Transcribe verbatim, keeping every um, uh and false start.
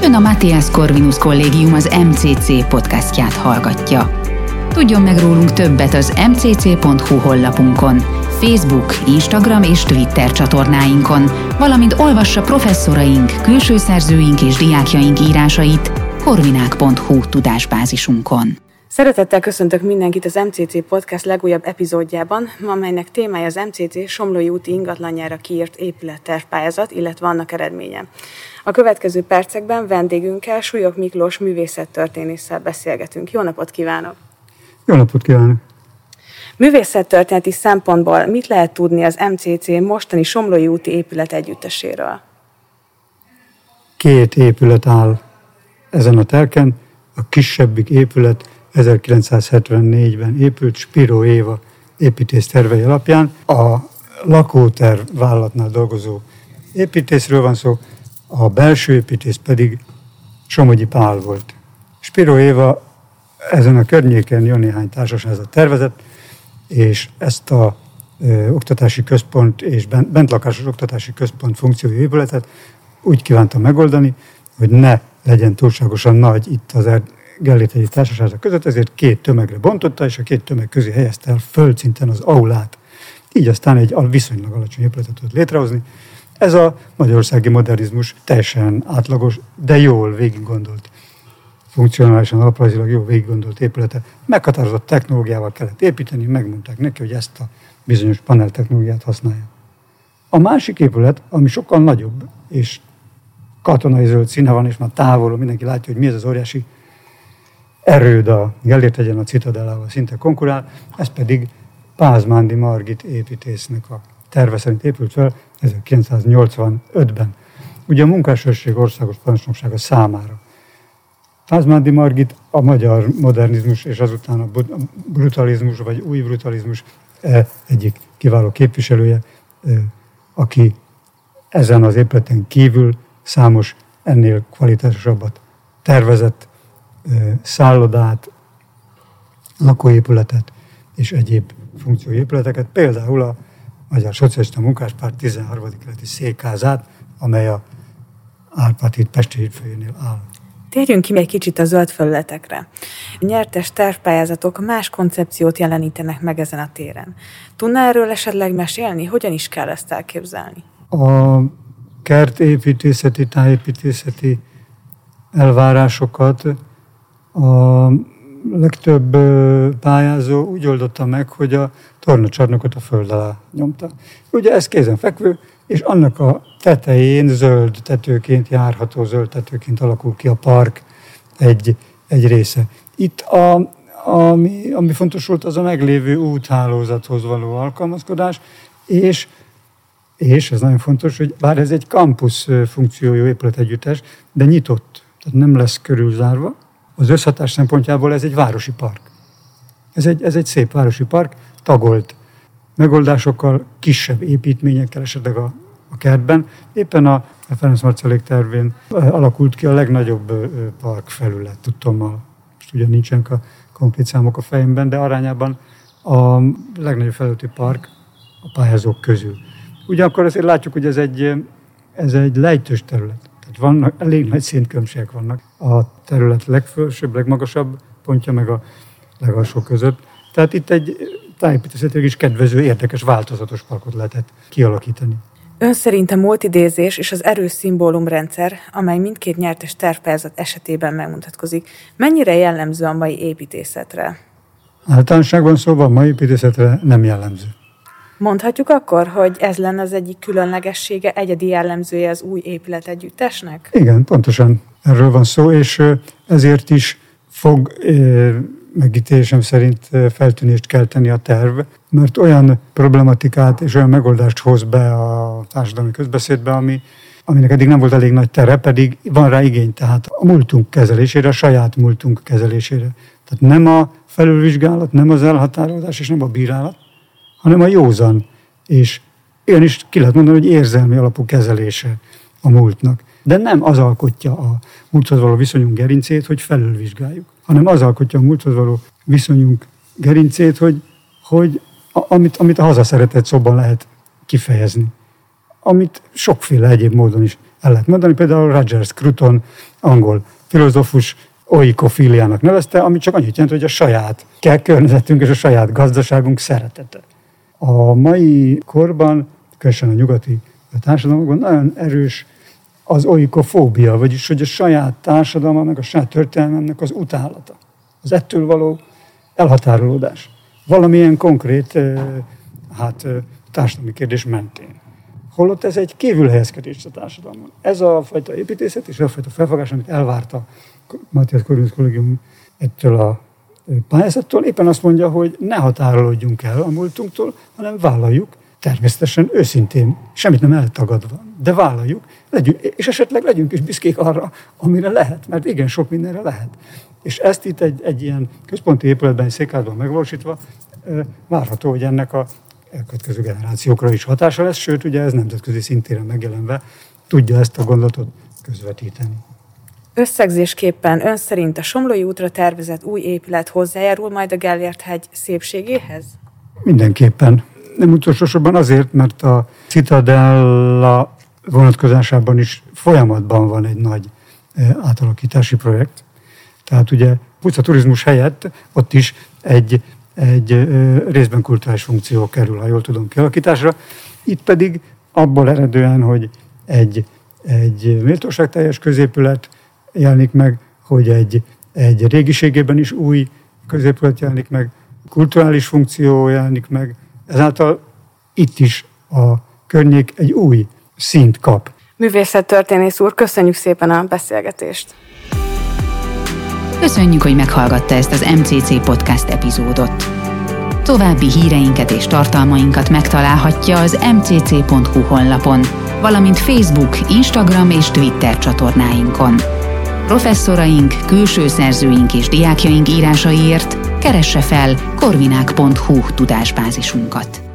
Ön a Matthias Corvinus Kollégium az em cé cé podcastját hallgatja. Tudjon meg rólunk többet az em cé cé pont hu honlapunkon, Facebook, Instagram és Twitter csatornáinkon, valamint olvassa professzoraink, külső szerzőink és diákjaink írásait corvinák pont hu tudásbázisunkon. Szeretettel köszöntök mindenkit az em cé cé Podcast legújabb epizódjában, amelynek témája az em cé cé Somlói úti ingatlanjára kiírt épülettervpályázat, illetve annak eredménye. A következő percekben vendégünkkel, Súlyog Miklós művészettörténésszel beszélgetünk. Jó napot kívánok! Jó napot kívánok! Művészettörténeti szempontból mit lehet tudni az em cé cé mostani Somlói úti épület együtteséről? Két épület áll ezen a telken. A kisebbik épület ezerkilencszázhetvennégyben épült Spiro Éva építész tervei alapján. A lakóterv vállalatnál dolgozó építészről van szó, a belső építész pedig Somogyi Pál volt. Spiro Éva ezen a környéken jó néhány társasházat tervezett, és ezt a ö, oktatási központ és bent, bentlakásos oktatási központ funkciói épületet úgy kívánta megoldani, hogy ne legyen túlságosan nagy itt az Gellérthegyi társasházak között, ezért két tömegre bontotta, és a két tömeg közé helyezte el földszinten az aulát. Így aztán egy viszonylag alacsony épületet tudott létrehozni. Ez a magyarországi modernizmus teljesen átlagos, de jól végiggondolt, funkcionálisan, alaprajzilag jól végiggondolt épülete. Meghatározott technológiával kellett építeni, megmondták neki, hogy ezt a bizonyos panel technológiát használja. A másik épület, ami sokkal nagyobb, és katonai zöld színe van, és már távolról mindenki látja, hogy mi ez az óriási erőd a Gellérthegyen a Citadellával szinte konkurál, ez pedig Pázmándi Margit építésznek a terve szerint épült fel ezerkilencszáznyolcvanötben. Ugye a Munkásőrség Országos Parancsnoksága számára. Pázmándi Margit a magyar modernizmus és azután a brutalizmus, vagy új brutalizmus egyik kiváló képviselője, aki ezen az épületen kívül számos ennél kvalitásosabbat tervezett szállodát, lakóépületet és egyéb funkcióépületeket, például a Magyar Szocialista Munkáspárt tizenharmadik kerületi székházát, amely a Árpád híd Pesti hídfőjénél áll. Térjünk ki egy kicsit a zöld felületekre. A nyertes tervpályázatok más koncepciót jelenítenek meg ezen a téren. Tudná erről esetleg mesélni? Hogyan is kell ezt elképzelni? A kertépítészeti, tájépítészeti elvárásokat a legtöbb pályázó úgy oldotta meg, hogy a tornacsarnokot a föld alá nyomta. Ugye ez kézenfekvő, és annak a tetején zöld tetőként, járható zöld tetőként alakul ki a park egy, egy része. Itt a, ami, ami fontos volt, az a meglévő úthálózathoz való alkalmazkodás, és És ez nagyon fontos, hogy bár ez egy kampusz funkciójú épületegyüttes, de nyitott, tehát nem lesz körülzárva. Az összhatás szempontjából ez egy városi park. Ez egy, ez egy szép városi park, tagolt megoldásokkal, kisebb építményekkel esetleg a, a kertben. Éppen a, a Ferenc Marcelék tervén alakult ki a legnagyobb parkfelület, tudtommal. Most ugye nincsenek a konkrét számok a fejemben, de arányában a legnagyobb felületi park a pályázók közül. Ugyanakkor azért látjuk, hogy ez egy, ez egy lejtős terület. Tehát vannak, elég nagy szintkülönbségek vannak a terület legfelsőbb, legmagasabb pontja, meg a legalsó között. Tehát itt egy tájépítészetileg is kedvező, érdekes, változatos parkot lehetett kialakítani. Ön szerint a multidézés és az erős szimbólumrendszer, amely mindkét nyertes tervpályázat esetében megmutatkozik, mennyire jellemző a mai építészetre? Általánosságban szóval a mai építészetre nem jellemző. Mondhatjuk akkor, hogy ez lenne az egyik különlegessége, egyedi jellemzője az új épületegyüttesnek? Igen, pontosan erről van szó, és ezért is fog megítélésem szerint feltűnést kelteni a terv, mert olyan problematikát és olyan megoldást hoz be a társadalmi közbeszédbe, ami, aminek eddig nem volt elég nagy tere, pedig van rá igény, tehát a múltunk kezelésére, a saját múltunk kezelésére. Tehát nem a felülvizsgálat, nem az elhatárolás és nem a bírálat, hanem a józan, és ilyen is ki lehet mondani, hogy érzelmi alapú kezelése a múltnak. De nem az alkotja a múlthoz való viszonyunk gerincét, hogy felülvizsgáljuk, hanem az alkotja a múlthoz való viszonyunk gerincét, hogy, hogy a, amit, amit a hazaszeretet szóban lehet kifejezni. amit sokféle egyéb módon is el lehet mondani. Például Roger Scruton, angol filozófus, oikofiliának nevezte, ami csak annyit jelent, hogy a saját környezetünk és a saját gazdaságunk szeretete. A mai korban, különösen a nyugati társadalmakban nagyon erős az oikofóbia, vagyis hogy a saját társadalmának, a saját történelmemnek az utálata. Az ettől való elhatárolódás. Valamilyen konkrét hát, társadalmi kérdés mentén. Holott ez egy kívülhelyezkedés a társadalomban. Ez a fajta építészet és ez a fajta felfogás, amit elvárta Matthias Corvinus Kollégium ettől a pályázattól, éppen azt mondja, hogy ne határolódjunk el a múltunktól, hanem vállaljuk, természetesen őszintén, semmit nem eltagadva, de vállaljuk, legyünk, és esetleg legyünk is büszkék arra, amire lehet, mert igen, sok mindenre lehet. És ezt itt egy, egy ilyen központi épületben, egy székházban megvalósítva, várható, hogy ennek a elkövetkező generációkra is hatása lesz, sőt, ugye ez nemzetközi szintéren megjelenve tudja ezt a gondolatot közvetíteni. Összegzésképpen ön szerint a Somlói útra tervezett új épület hozzájárul majd a Gellért-hegy szépségéhez? Mindenképpen. Nem utolsó sorban azért, mert a Citadella vonatkozásában is folyamatban van egy nagy átalakítási projekt. Tehát ugye Puca turizmus helyett ott is egy, egy részben kulturális funkció kerül, ha jól tudom, kialakításra. Itt pedig abból eredően, hogy egy, egy méltóságteljes középület jelenik meg, hogy egy, egy régiségében is új középület jelenik meg, kulturális funkció jelenik meg, ezáltal itt is a környék egy új színt kap. Művészettörténész úr, köszönjük szépen a beszélgetést! Köszönjük, hogy meghallgatta ezt az em cé cé Podcast epizódot. További híreinket és tartalmainkat megtalálhatja az em cé cé pont hu honlapon, valamint Facebook, Instagram és Twitter csatornáinkon. Professzoraink, külső szerzőink és diákjaink írásaiért keresse fel korvinák pont hu tudásbázisunkat.